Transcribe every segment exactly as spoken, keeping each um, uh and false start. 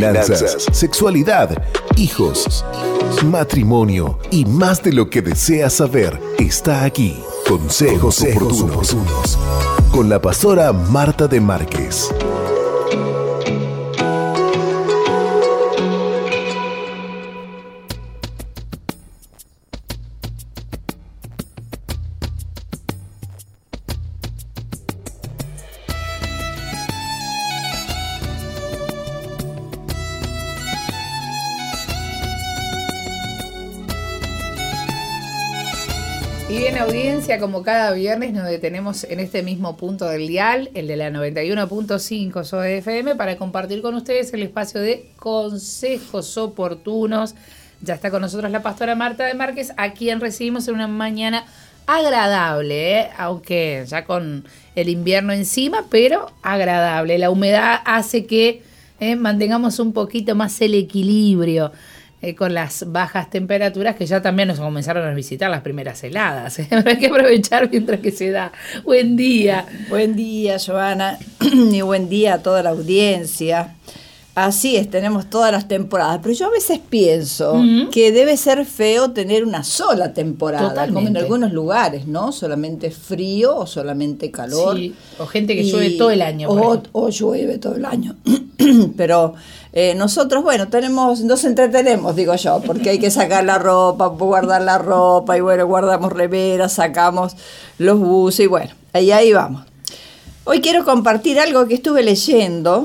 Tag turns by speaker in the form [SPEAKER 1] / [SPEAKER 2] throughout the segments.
[SPEAKER 1] finanzas, sexualidad, hijos, matrimonio y más de lo que deseas saber está aquí. Consejos, Consejos oportunos, oportunos con la pastora Marta de Márquez.
[SPEAKER 2] Y bien, audiencia, como cada viernes nos detenemos en este mismo punto del dial, el de la noventa y uno punto cinco S O E F M, para compartir con ustedes el espacio de consejos oportunos. Ya está con nosotros la pastora Marta de Márquez, a quien recibimos en una mañana agradable, ¿eh? Aunque ya con el invierno encima, pero agradable. La humedad hace que eh, mantengamos un poquito más el equilibrio. Eh, con las bajas temperaturas que ya también nos comenzaron a visitar las primeras heladas. ¿eh? Hay que aprovechar mientras que se da. Buen día.
[SPEAKER 3] Buen día, Joana, y buen día a toda la audiencia. Así es, tenemos todas las temporadas, pero yo a veces pienso uh-huh. que debe ser feo tener una sola temporada,
[SPEAKER 2] Totalmente.
[SPEAKER 3] Como en algunos lugares, ¿no? Solamente frío o solamente calor.
[SPEAKER 2] Sí, o gente que y, llueve todo el año.
[SPEAKER 3] O, o llueve todo el año. Pero eh, nosotros, bueno, tenemos, nos entretenemos, digo yo, porque hay que sacar la ropa, guardar la ropa, y bueno, guardamos remeras, sacamos los buzos, y bueno, ahí, ahí vamos. Hoy quiero compartir algo que estuve leyendo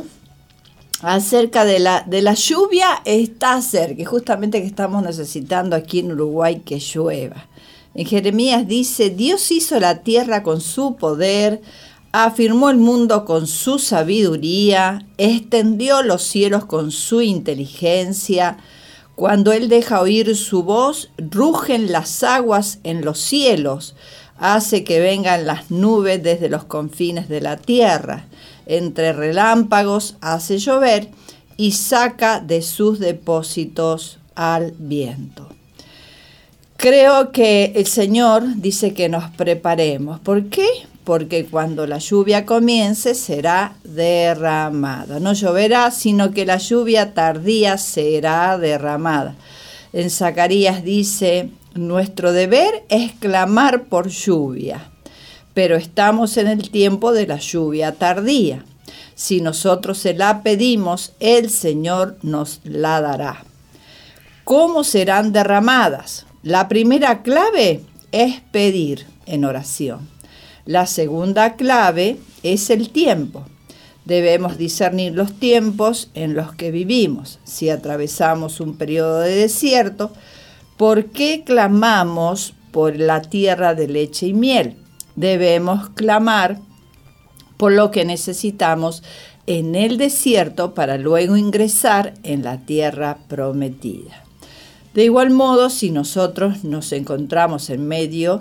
[SPEAKER 3] acerca de la, de la lluvia está cerca, justamente que estamos necesitando aquí en Uruguay que llueva. En Jeremías dice: Dios hizo la tierra con su poder, afirmó el mundo con su sabiduría, extendió los cielos con su inteligencia. Cuando Él deja oír su voz, rugen las aguas en los cielos, hace que vengan las nubes desde los confines de la tierra. Entre relámpagos hace llover y saca de sus depósitos al viento. Creo que el Señor dice que nos preparemos. ¿Por qué? Porque cuando la lluvia comience será derramada. No lloverá, sino que la lluvia tardía será derramada. En Zacarías dice: nuestro deber es clamar por lluvia, pero estamos en el tiempo de la lluvia tardía. Si nosotros se la pedimos, el Señor nos la dará. ¿Cómo serán derramadas? La primera clave es pedir en oración. La segunda clave es el tiempo. Debemos discernir los tiempos en los que vivimos. Si atravesamos un periodo de desierto, ¿por qué clamamos por la tierra de leche y miel? Debemos clamar por lo que necesitamos en el desierto para luego ingresar en la tierra prometida. De igual modo, si nosotros nos encontramos en medio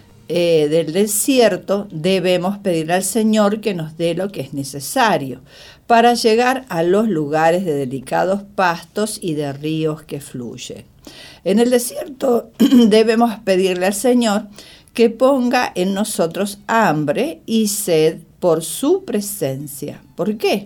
[SPEAKER 3] eh, del desierto, debemos pedirle al Señor que nos dé lo que es necesario para llegar a los lugares de delicados pastos y de ríos que fluyen. En el desierto debemos pedirle al Señor que ponga en nosotros hambre y sed por su presencia. ¿Por qué?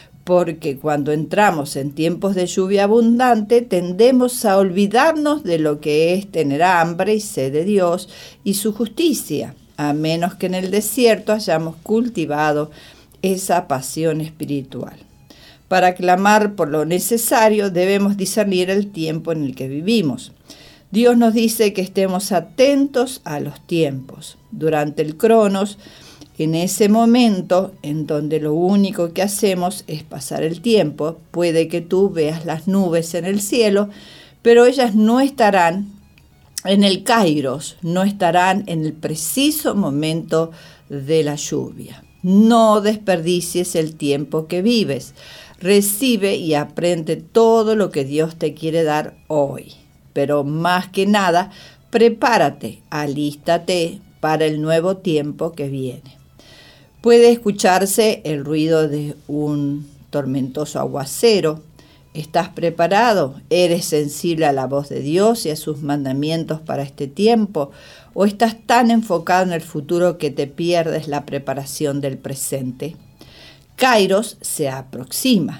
[SPEAKER 3] Porque cuando entramos en tiempos de lluvia abundante, tendemos a olvidarnos de lo que es tener hambre y sed de Dios y su justicia, a menos que en el desierto hayamos cultivado esa pasión espiritual. Para clamar por lo necesario, debemos discernir el tiempo en el que vivimos. Dios nos dice que estemos atentos a los tiempos. Durante el Cronos, en ese momento en donde lo único que hacemos es pasar el tiempo, puede que tú veas las nubes en el cielo, pero ellas no estarán en el Kairos, no estarán en el preciso momento de la lluvia. No desperdicies el tiempo que vives. Recibe y aprende todo lo que Dios te quiere dar hoy. Pero más que nada, prepárate, alístate para el nuevo tiempo que viene. Puede escucharse el ruido de un tormentoso aguacero. ¿Estás preparado? ¿Eres sensible a la voz de Dios y a sus mandamientos para este tiempo? ¿O estás tan enfocado en el futuro que te pierdes la preparación del presente? Kairos se aproxima.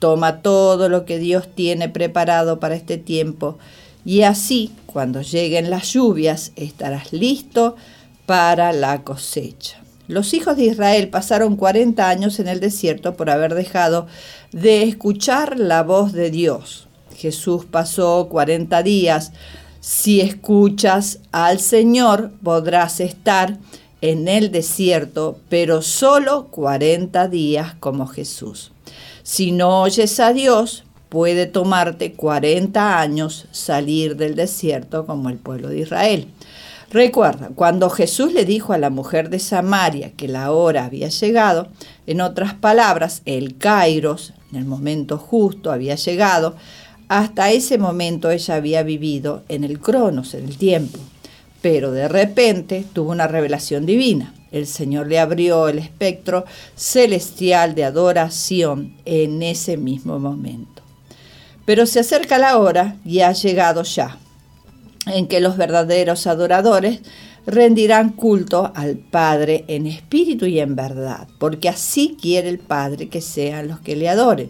[SPEAKER 3] Toma todo lo que Dios tiene preparado para este tiempo y así, cuando lleguen las lluvias, estarás listo para la cosecha. Los hijos de Israel pasaron cuarenta años en el desierto por haber dejado de escuchar la voz de Dios. Jesús pasó cuarenta días. Si escuchas al Señor, podrás estar en el desierto, pero solo cuarenta días como Jesús. Si no oyes a Dios, puede tomarte cuarenta años salir del desierto como el pueblo de Israel. Recuerda, cuando Jesús le dijo a la mujer de Samaria que la hora había llegado, en otras palabras, el Kairos, en el momento justo, había llegado. Hasta ese momento ella había vivido en el Cronos, en el tiempo. Pero de repente tuvo una revelación divina. El Señor le abrió el espectro celestial de adoración en ese mismo momento. Pero se acerca la hora y ha llegado ya, en que los verdaderos adoradores rendirán culto al Padre en espíritu y en verdad, porque así quiere el Padre que sean los que le adoren.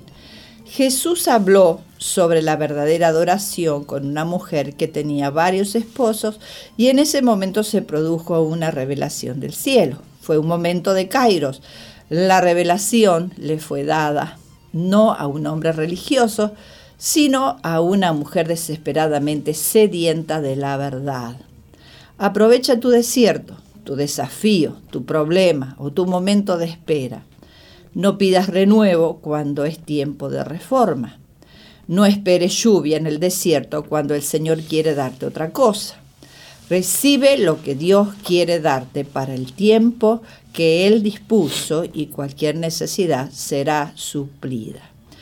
[SPEAKER 3] Jesús habló sobre la verdadera adoración con una mujer que tenía varios esposos y en ese momento se produjo una revelación del cielo. Fue un momento de Kairos. La revelación le fue dada no a un hombre religioso, sino a una mujer desesperadamente sedienta de la verdad. Aprovecha tu desierto, tu desafío, tu problema o tu momento de espera. No pidas renuevo cuando es tiempo de reforma. No esperes lluvia en el desierto cuando el Señor quiere darte otra cosa. Recibe lo que Dios quiere darte para el tiempo que Él dispuso y cualquier necesidad será suplida.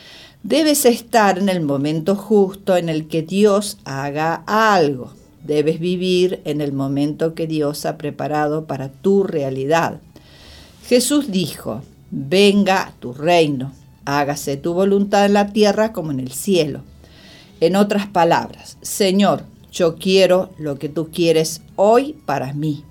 [SPEAKER 3] Debes estar en el momento justo en el que Dios haga algo. Debes vivir en el momento que Dios ha preparado para tu realidad. Jesús dijo: venga tu reino, hágase tu voluntad en la tierra como en el cielo. En otras palabras, Señor, yo quiero lo que tú quieres hoy para mí.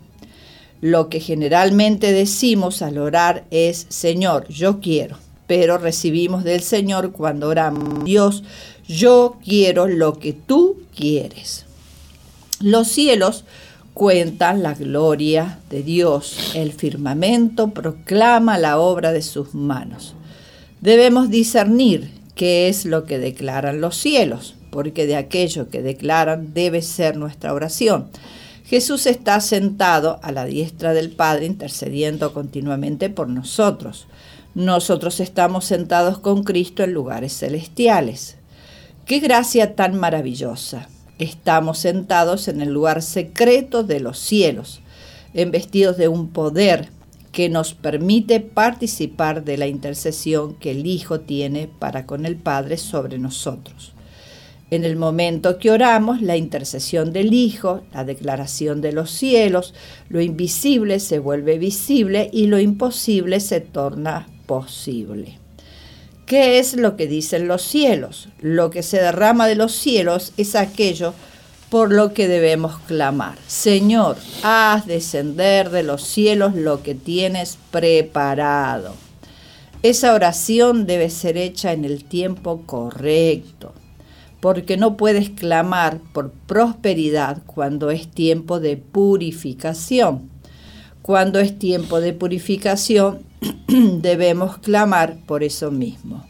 [SPEAKER 3] Lo que generalmente decimos al orar es: Señor, yo quiero, pero recibimos del Señor cuando oramos: Dios, yo quiero lo que tú quieres. Los cielos cuentan la gloria de Dios. El firmamento proclama la obra de sus manos. Debemos discernir qué es lo que declaran los cielos, porque de aquello que declaran debe ser nuestra oración. Jesús está sentado a la diestra del Padre intercediendo continuamente por nosotros. Nosotros estamos sentados con Cristo en lugares celestiales. ¡Qué gracia tan maravillosa! Estamos sentados en el lugar secreto de los cielos, embestidos de un poder que nos permite participar de la intercesión que el Hijo tiene para con el Padre sobre nosotros. En el momento que oramos, la intercesión del Hijo, la declaración de los cielos, lo invisible se vuelve visible y lo imposible se torna posible. ¿Qué es lo que dicen los cielos? Lo que se derrama de los cielos es aquello por lo que debemos clamar. Señor, haz descender de los cielos lo que tienes preparado. Esa oración debe ser hecha en el tiempo correcto, porque no puedes clamar por prosperidad cuando es tiempo de purificación. Cuando es tiempo de purificación, debemos clamar por eso mismo.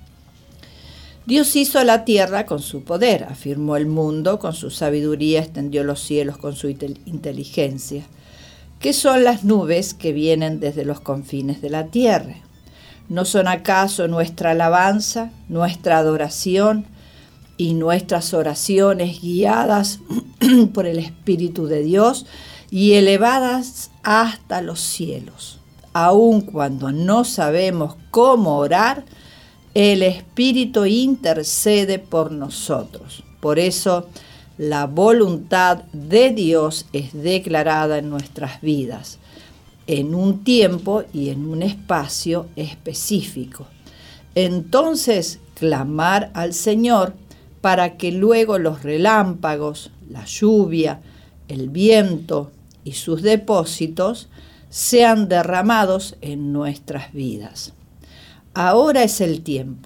[SPEAKER 3] Dios hizo la tierra con su poder, afirmó el mundo con su sabiduría, extendió los cielos con su inteligencia. ¿Qué son las nubes que vienen desde los confines de la tierra? ¿No son acaso nuestra alabanza, nuestra adoración y nuestras oraciones guiadas por el Espíritu de Dios y elevadas hasta los cielos? Aun cuando no sabemos cómo orar, el Espíritu intercede por nosotros. Por eso, la voluntad de Dios es declarada en nuestras vidas, en un tiempo y en un espacio específico. Entonces, clamar al Señor para que luego los relámpagos, la lluvia, el viento y sus depósitos sean derramados en nuestras vidas. Ahora es el tiempo.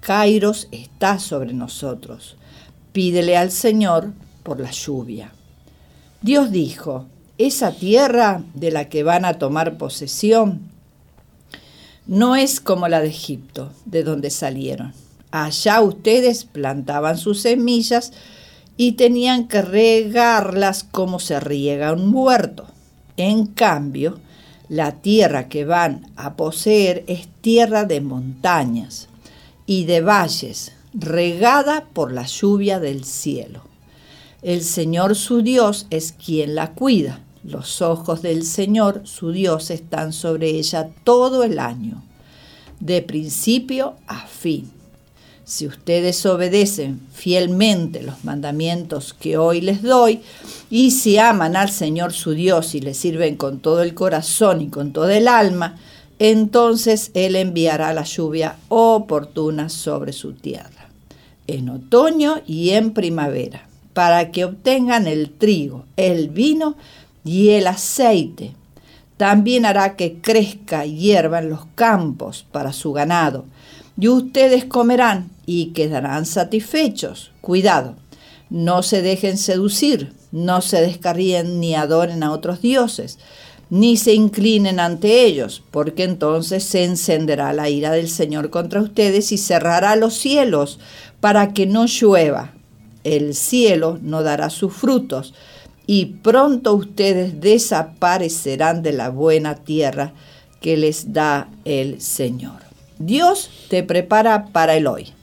[SPEAKER 3] Kairos está sobre nosotros. Pídele al Señor por la lluvia. Dios dijo, esa tierra de la que van a tomar posesión no es como la de Egipto, de donde salieron. Allá ustedes plantaban sus semillas y tenían que regarlas como se riega un huerto. En cambio, la tierra que van a poseer es tierra de montañas y de valles, regada por la lluvia del cielo. El Señor su Dios es quien la cuida. Los ojos del Señor su Dios están sobre ella todo el año, de principio a fin. Si ustedes obedecen fielmente los mandamientos que hoy les doy, y si aman al Señor su Dios y le sirven con todo el corazón y con toda el alma, entonces Él enviará la lluvia oportuna sobre su tierra, en otoño y en primavera, para que obtengan el trigo, el vino y el aceite. También hará que crezca hierba en los campos para su ganado, y ustedes comerán y quedarán satisfechos. Cuidado, no se dejen seducir, no se descarríen ni adoren a otros dioses, ni se inclinen ante ellos, porque entonces se encenderá la ira del Señor contra ustedes y cerrará los cielos para que no llueva. El cielo no dará sus frutos, y pronto ustedes desaparecerán de la buena tierra que les da el Señor. Dios te prepara para el hoy.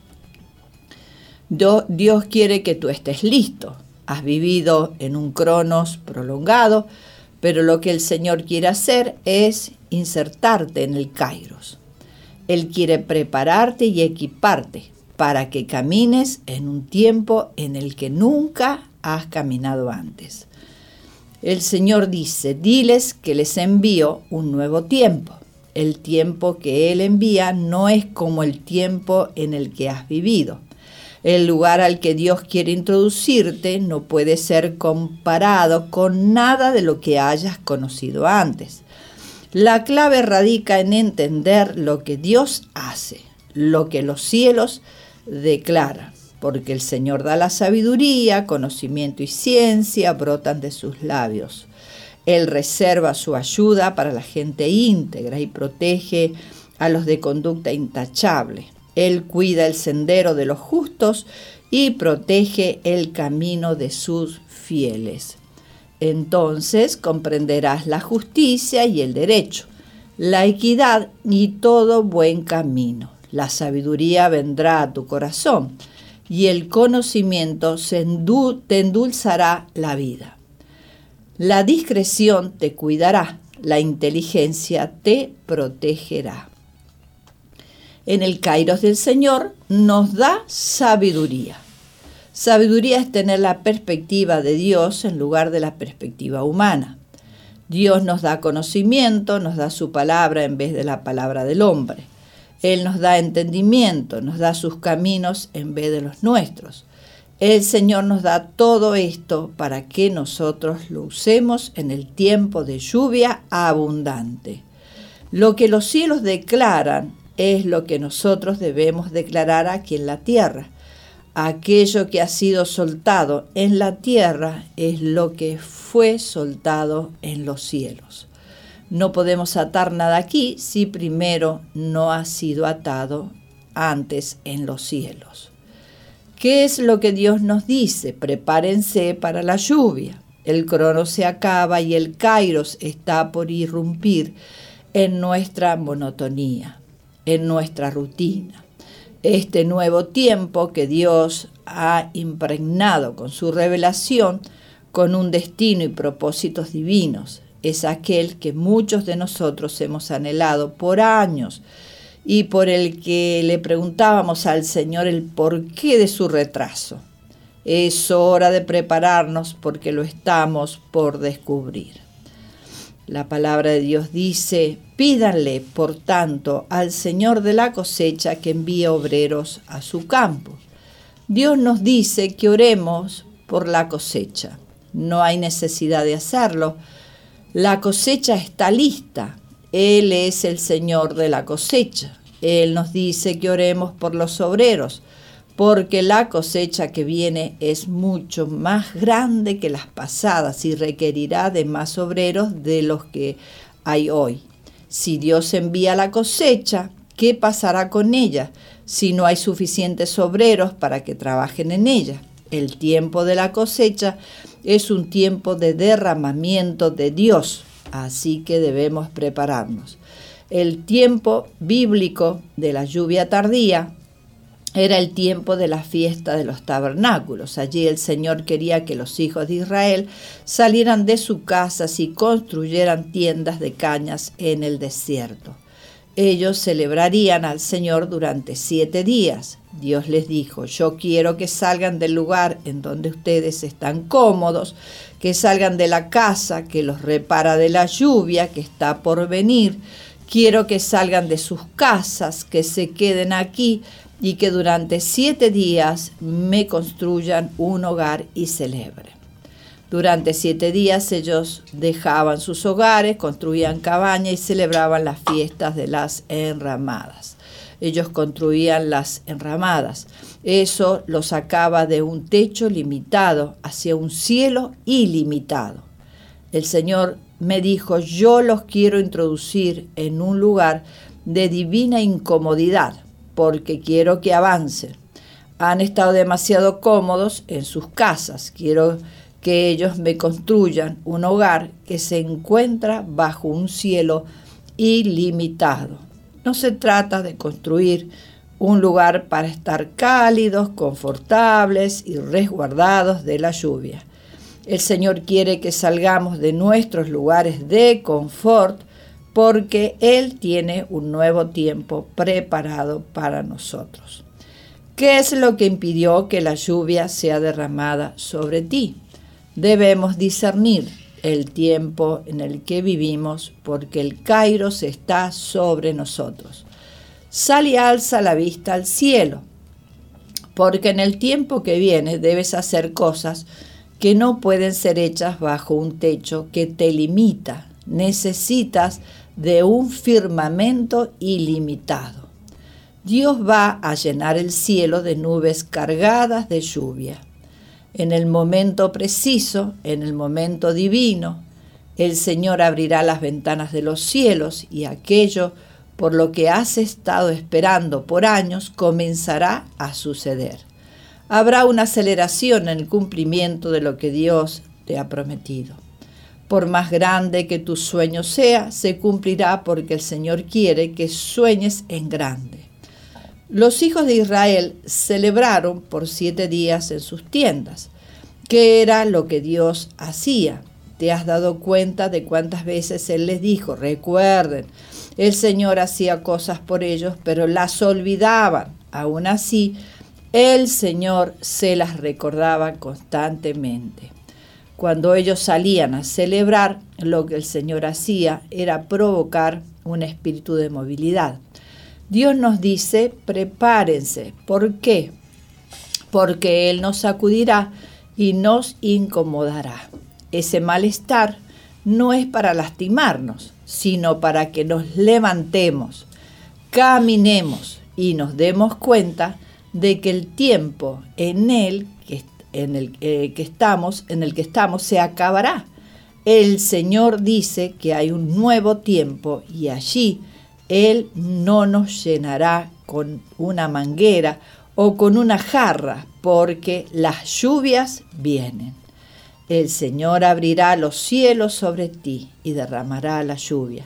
[SPEAKER 3] Dios quiere que tú estés listo. Has vivido en un cronos prolongado, pero lo que el Señor quiere hacer es insertarte en el Kairos. Él quiere prepararte y equiparte para que camines en un tiempo en el que nunca has caminado antes. El Señor dice, diles que les envío un nuevo tiempo. El tiempo que Él envía no es como el tiempo en el que has vivido. El lugar al que Dios quiere introducirte no puede ser comparado con nada de lo que hayas conocido antes. La clave radica en entender lo que Dios hace, lo que los cielos declaran, porque el Señor da la sabiduría, conocimiento y ciencia brotan de sus labios. Él reserva su ayuda para la gente íntegra y protege a los de conducta intachable. Él cuida el sendero de los justos y protege el camino de sus fieles. Entonces comprenderás la justicia y el derecho, la equidad y todo buen camino. La sabiduría vendrá a tu corazón y el conocimiento se endu- te endulzará la vida. La discreción te cuidará, la inteligencia te protegerá. En el Kairos del Señor nos da sabiduría. Sabiduría es tener la perspectiva de Dios en lugar de la perspectiva humana. Dios nos da conocimiento, nos da su palabra en vez de la palabra del hombre. Él nos da entendimiento, nos da sus caminos en vez de los nuestros. El Señor nos da todo esto para que nosotros lo usemos en el tiempo de lluvia abundante. Lo que los cielos declaran es lo que nosotros debemos declarar aquí en la tierra. Aquello que ha sido soltado en la tierra es lo que fue soltado en los cielos. No podemos atar nada aquí si primero no ha sido atado antes en los cielos. ¿Qué es lo que Dios nos dice? Prepárense para la lluvia. El crono se acaba y el kairos está por irrumpir en nuestra monotonía, en nuestra rutina. Este nuevo tiempo que Dios ha impregnado con su revelación, con un destino y propósitos divinos, es aquel que muchos de nosotros hemos anhelado por años y por el que le preguntábamos al Señor el porqué de su retraso. Es hora de prepararnos porque lo estamos por descubrir. La palabra de Dios dice, pídanle, por tanto, al Señor de la cosecha que envíe obreros a su campo. Dios nos dice que oremos por la cosecha. No hay necesidad de hacerlo. La cosecha está lista. Él es el Señor de la cosecha. Él nos dice que oremos por los obreros, porque la cosecha que viene es mucho más grande que las pasadas y requerirá de más obreros de los que hay hoy. Si Dios envía la cosecha, ¿qué pasará con ella si no hay suficientes obreros para que trabajen en ella? El tiempo de la cosecha es un tiempo de derramamiento de Dios, así que debemos prepararnos. El tiempo bíblico de la lluvia tardía era el tiempo de la fiesta de los tabernáculos. Allí el Señor quería que los hijos de Israel salieran de sus casas y construyeran tiendas de cañas en el desierto. Ellos celebrarían al Señor durante siete días. Dios les dijo: yo quiero que salgan del lugar en donde ustedes están cómodos, que salgan de la casa que los repara de la lluvia que está por venir. Quiero que salgan de sus casas, que se queden aquí y que durante siete días me construyan un hogar y celebren. Durante siete días ellos dejaban sus hogares, construían cabañas y celebraban las fiestas de las enramadas. Ellos construían las enramadas. Eso los sacaba de un techo limitado hacia un cielo ilimitado. El Señor me dijo: yo los quiero introducir en un lugar de divina incomodidad, porque quiero que avancen. Han estado demasiado cómodos en sus casas. Quiero que ellos me construyan un hogar que se encuentra bajo un cielo ilimitado. No se trata de construir un lugar para estar cálidos, confortables y resguardados de la lluvia. El Señor quiere que salgamos de nuestros lugares de confort, porque Él tiene un nuevo tiempo preparado para nosotros. ¿Qué es lo que impidió que la lluvia sea derramada sobre ti? Debemos discernir el tiempo en el que vivimos, porque el Kairos está sobre nosotros. Sal y alza la vista al cielo, porque en el tiempo que viene debes hacer cosas que no pueden ser hechas bajo un techo que te limita. Necesitas de un firmamento ilimitado. Dios va a llenar el cielo de nubes cargadas de lluvia. En el momento preciso, en el momento divino, el Señor abrirá las ventanas de los cielos y aquello por lo que has estado esperando por años comenzará a suceder. Habrá una aceleración en el cumplimiento de lo que Dios te ha prometido. Por más grande que tu sueño sea, se cumplirá porque el Señor quiere que sueñes en grande. Los hijos de Israel celebraron por siete días en sus tiendas. ¿Qué era lo que Dios hacía? ¿Te has dado cuenta de cuántas veces Él les dijo? Recuerden, el Señor hacía cosas por ellos, pero las olvidaban. Aún así, el Señor se las recordaba constantemente. Cuando ellos salían a celebrar, lo que el Señor hacía era provocar un espíritu de movilidad. Dios nos dice: prepárense. ¿Por qué? Porque Él nos sacudirá y nos incomodará. Ese malestar no es para lastimarnos, sino para que nos levantemos, caminemos y nos demos cuenta de que el tiempo en Él que en el eh, que estamos, en el que estamos se acabará. El Señor dice que hay un nuevo tiempo y allí Él no nos llenará con una manguera o con una jarra, porque las lluvias vienen. El Señor abrirá los cielos sobre ti y derramará la lluvia.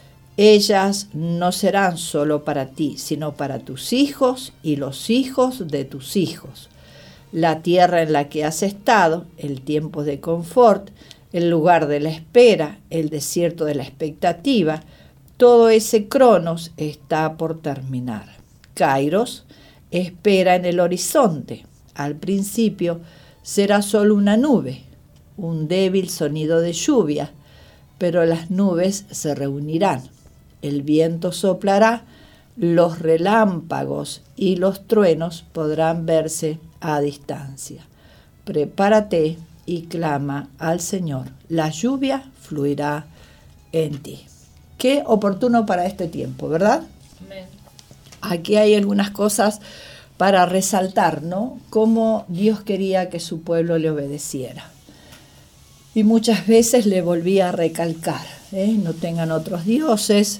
[SPEAKER 3] Ellas no serán solo para ti, sino para tus hijos y los hijos de tus hijos. La tierra en la que has estado, el tiempo de confort, el lugar de la espera, el desierto de la expectativa, todo ese cronos está por terminar. Kairos espera en el horizonte. Al principio será solo una nube, un débil sonido de lluvia, pero las nubes se reunirán. El viento soplará, los relámpagos y los truenos podrán verse a distancia. Prepárate y clama al Señor. La lluvia fluirá en ti. Qué oportuno para este tiempo, ¿verdad?
[SPEAKER 2] Amén.
[SPEAKER 3] aquí hay algunas cosas para resaltar, ¿no? Cómo Dios quería que su pueblo le obedeciera. Y muchas veces le volvía a recalcar, ¿eh? No tengan otros dioses,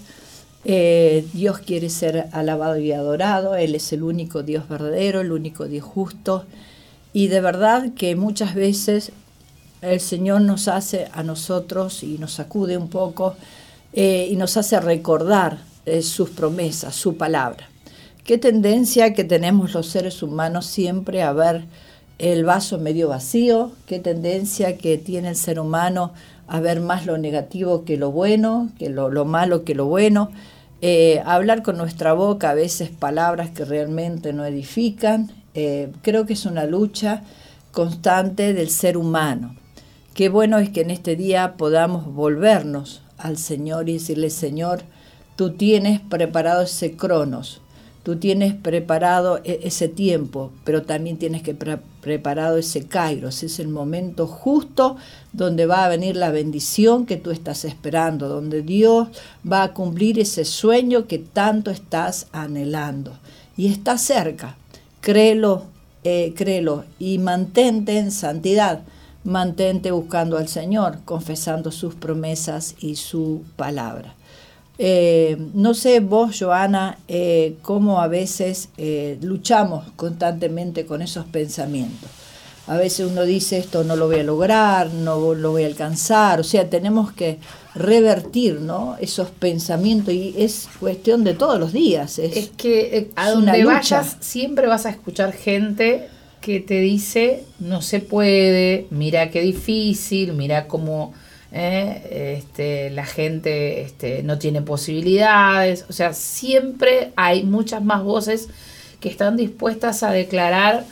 [SPEAKER 3] eh, Dios quiere ser alabado y adorado, Él es el único Dios verdadero, el único Dios justo. Y de verdad que muchas veces el Señor nos hace a nosotros y nos sacude un poco eh, y nos hace recordar eh, sus promesas, su palabra. Qué tendencia que tenemos los seres humanos siempre a ver el vaso medio vacío, qué tendencia que tiene el ser humano a ver más lo negativo que lo bueno, que lo, lo malo que lo bueno, eh, a hablar con nuestra boca a veces palabras que realmente no edifican. Eh, creo que es una lucha constante del ser humano. Qué bueno es que en este día podamos volvernos al Señor y decirle, Señor, tú tienes preparado ese cronos, tú tienes preparado ese tiempo, pero también tienes que pre- preparado ese kairos, es el momento justo donde va a venir la bendición que tú estás esperando, donde Dios va a cumplir ese sueño que tanto estás anhelando. Y está cerca, créelo, eh, créelo y mantente en santidad. Mantente buscando al Señor, confesando sus promesas y su palabra. Eh, no sé vos, Joana, eh, cómo a veces eh, luchamos constantemente con esos pensamientos. A veces uno dice, esto no lo voy a lograr, no lo voy a alcanzar. O sea, tenemos que revertir, ¿no?, esos pensamientos y es cuestión de todos los días. Es,
[SPEAKER 2] es que eh, a donde vayas siempre vas a escuchar gente que te dice, no se puede, mira qué difícil, mira cómo eh, este, la gente este, no tiene posibilidades. O sea, siempre hay muchas más voces que están dispuestas a declarar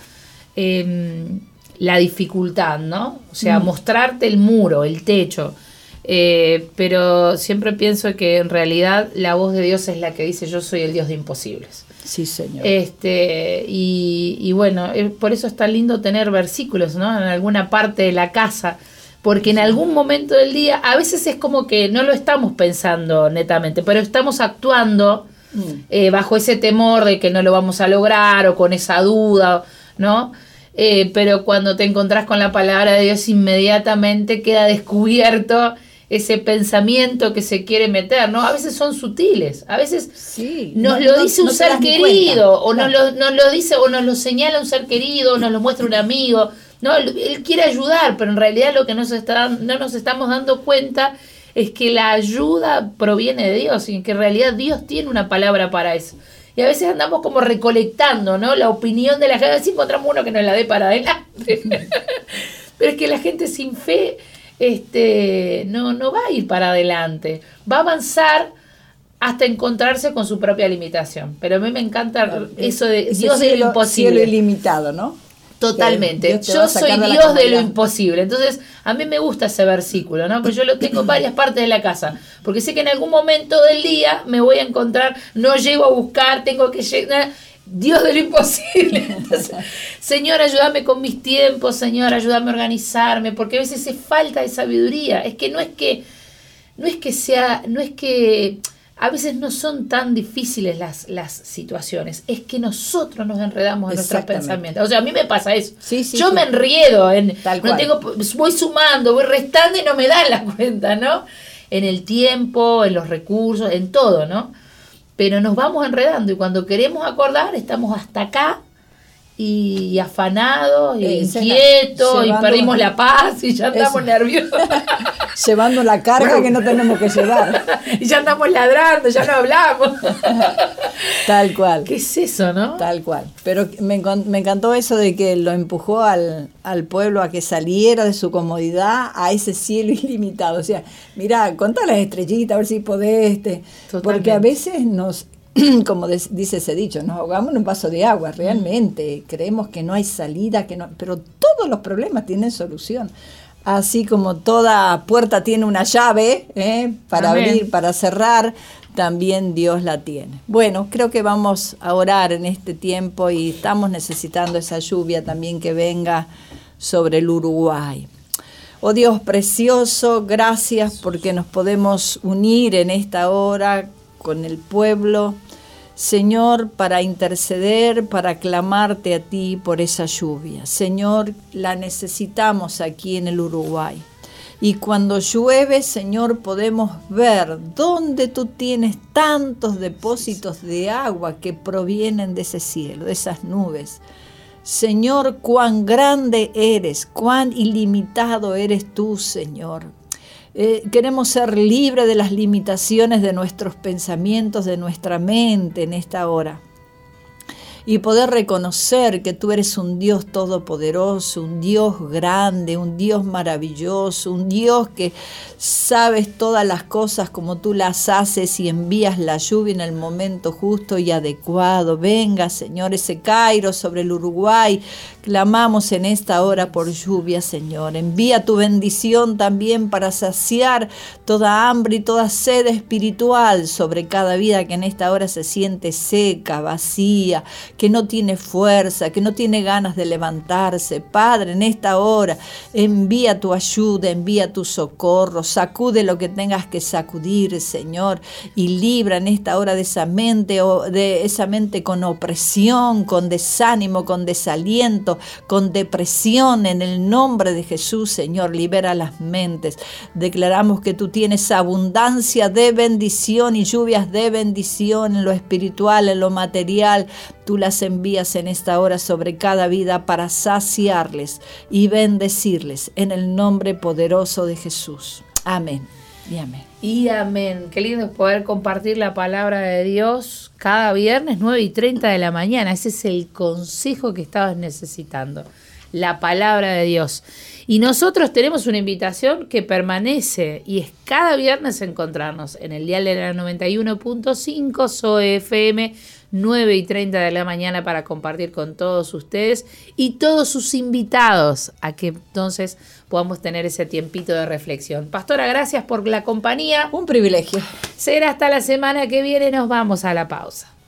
[SPEAKER 2] eh, la dificultad, ¿no? O sea, mm. mostrarte el muro, el techo. Eh, pero siempre pienso que en realidad la voz de Dios es la que dice, yo soy el Dios de imposibles.
[SPEAKER 3] Sí, Señor.
[SPEAKER 2] Este, y, y bueno, eh, por eso es tan lindo tener versículos, ¿no?, en alguna parte de la casa, porque en algún momento del día, a veces es como que no lo estamos pensando netamente, pero estamos actuando mm. eh, bajo ese temor de que no lo vamos a lograr o con esa duda, ¿no? Eh, pero cuando te encontrás con la palabra de Dios, inmediatamente queda descubierto ese pensamiento que se quiere meter, ¿no? A veces son sutiles, a veces sí, nos no, lo dice no, un no ser querido, o claro. nos, lo, nos lo dice, o nos lo señala un ser querido, o nos lo muestra un amigo, no, él quiere ayudar, pero en realidad lo que nos está, no nos estamos dando cuenta es que la ayuda proviene de Dios, y que en realidad Dios tiene una palabra para eso. Y a veces andamos como recolectando, ¿no?, la opinión de la gente, así encontramos uno que nos la dé para adelante. Pero es que la gente sin fe este, no, no va a ir para adelante, va a avanzar hasta encontrarse con su propia limitación. Pero a mí me encanta claro, eso de Dios de lo imposible.
[SPEAKER 3] Cielo ilimitado, ¿no?
[SPEAKER 2] Totalmente. Yo soy de Dios de lo imposible. Entonces, a mí me gusta ese versículo, ¿no? Porque yo lo tengo en varias partes de la casa. Porque sé que en algún momento del día me voy a encontrar, no llego a buscar, tengo que llegar. Dios de lo imposible. Entonces, Señor, ayúdame con mis tiempos, Señor, ayúdame a organizarme, porque a veces es falta de sabiduría. Es que no es que, no es que sea, no es que a veces no son tan difíciles las, las situaciones, es que nosotros nos enredamos en nuestros pensamientos. O sea, a mí me pasa eso. Sí, sí, Yo sí. me enriedo, en, Tal no tengo, voy sumando, voy restando y no me dan la cuenta, ¿no? En el tiempo, en los recursos, en todo, ¿no? Pero nos vamos enredando y cuando queremos acordar estamos hasta acá y afanados, y eh, inquietos, y perdimos la paz y ya andamos eso. nerviosos.
[SPEAKER 3] Llevando la carga bueno. que no tenemos que llevar.
[SPEAKER 2] Y ya andamos ladrando, ya no hablamos.
[SPEAKER 3] Tal cual.
[SPEAKER 2] ¿Qué es eso, no?
[SPEAKER 3] Tal cual. Pero me, me encantó eso de que lo empujó al, al pueblo a que saliera de su comodidad a ese cielo ilimitado. O sea, mirá, contá las estrellitas, a ver si podés. Este, porque a veces nos... como dice ese dicho, nos ahogamos en un vaso de agua, realmente creemos que no hay salida, que no, pero todos los problemas tienen solución, así como toda puerta tiene una llave ¿eh? para Amén. abrir, para cerrar, también Dios la tiene. Bueno, creo que vamos a orar en este tiempo y estamos necesitando esa lluvia también que venga sobre el Uruguay. Oh Dios precioso, gracias porque nos podemos unir en esta hora con el pueblo, Señor, para interceder, para clamarte a ti por esa lluvia. Señor, la necesitamos aquí en el Uruguay. Y cuando llueve, Señor, podemos ver dónde tú tienes tantos depósitos de agua que provienen de ese cielo, de esas nubes. Señor, cuán grande eres, cuán ilimitado eres tú, Señor. Eh, queremos ser libres de las limitaciones de nuestros pensamientos, de nuestra mente en esta hora. Y poder reconocer que tú eres un Dios todopoderoso, un Dios grande, un Dios maravilloso, un Dios que sabes todas las cosas como tú las haces y envías la lluvia en el momento justo y adecuado. Venga, Señor, ese Cairo sobre el Uruguay. Clamamos en esta hora por lluvia, Señor. Envía tu bendición también para saciar toda hambre y toda sed espiritual sobre cada vida que en esta hora se siente seca, vacía, que no tiene fuerza, que no tiene ganas de levantarse. Padre, en esta hora envía tu ayuda, envía tu socorro, sacude lo que tengas que sacudir, Señor, y libra en esta hora de esa mente, de esa mente con opresión, con desánimo, con desaliento, con depresión. En el nombre de Jesús, Señor, libera las mentes. Declaramos que tú tienes abundancia de bendición y lluvias de bendición en lo espiritual, en lo material. Tú las envías en esta hora sobre cada vida para saciarles y bendecirles en el nombre poderoso de Jesús. Amén y amén.
[SPEAKER 2] Y amén. Qué lindo es poder compartir la palabra de Dios cada viernes nueve y treinta de la mañana. Ese es el consejo que estabas necesitando. La palabra de Dios. Y nosotros tenemos una invitación que permanece y es cada viernes encontrarnos en el dial de la noventa y uno punto cinco S O E F M nueve y treinta de la mañana para compartir con todos ustedes y todos sus invitados a que entonces podamos tener ese tiempito de reflexión. Pastora, gracias por la compañía.
[SPEAKER 3] Un privilegio.
[SPEAKER 2] Será hasta la semana que viene. Nos vamos a la pausa.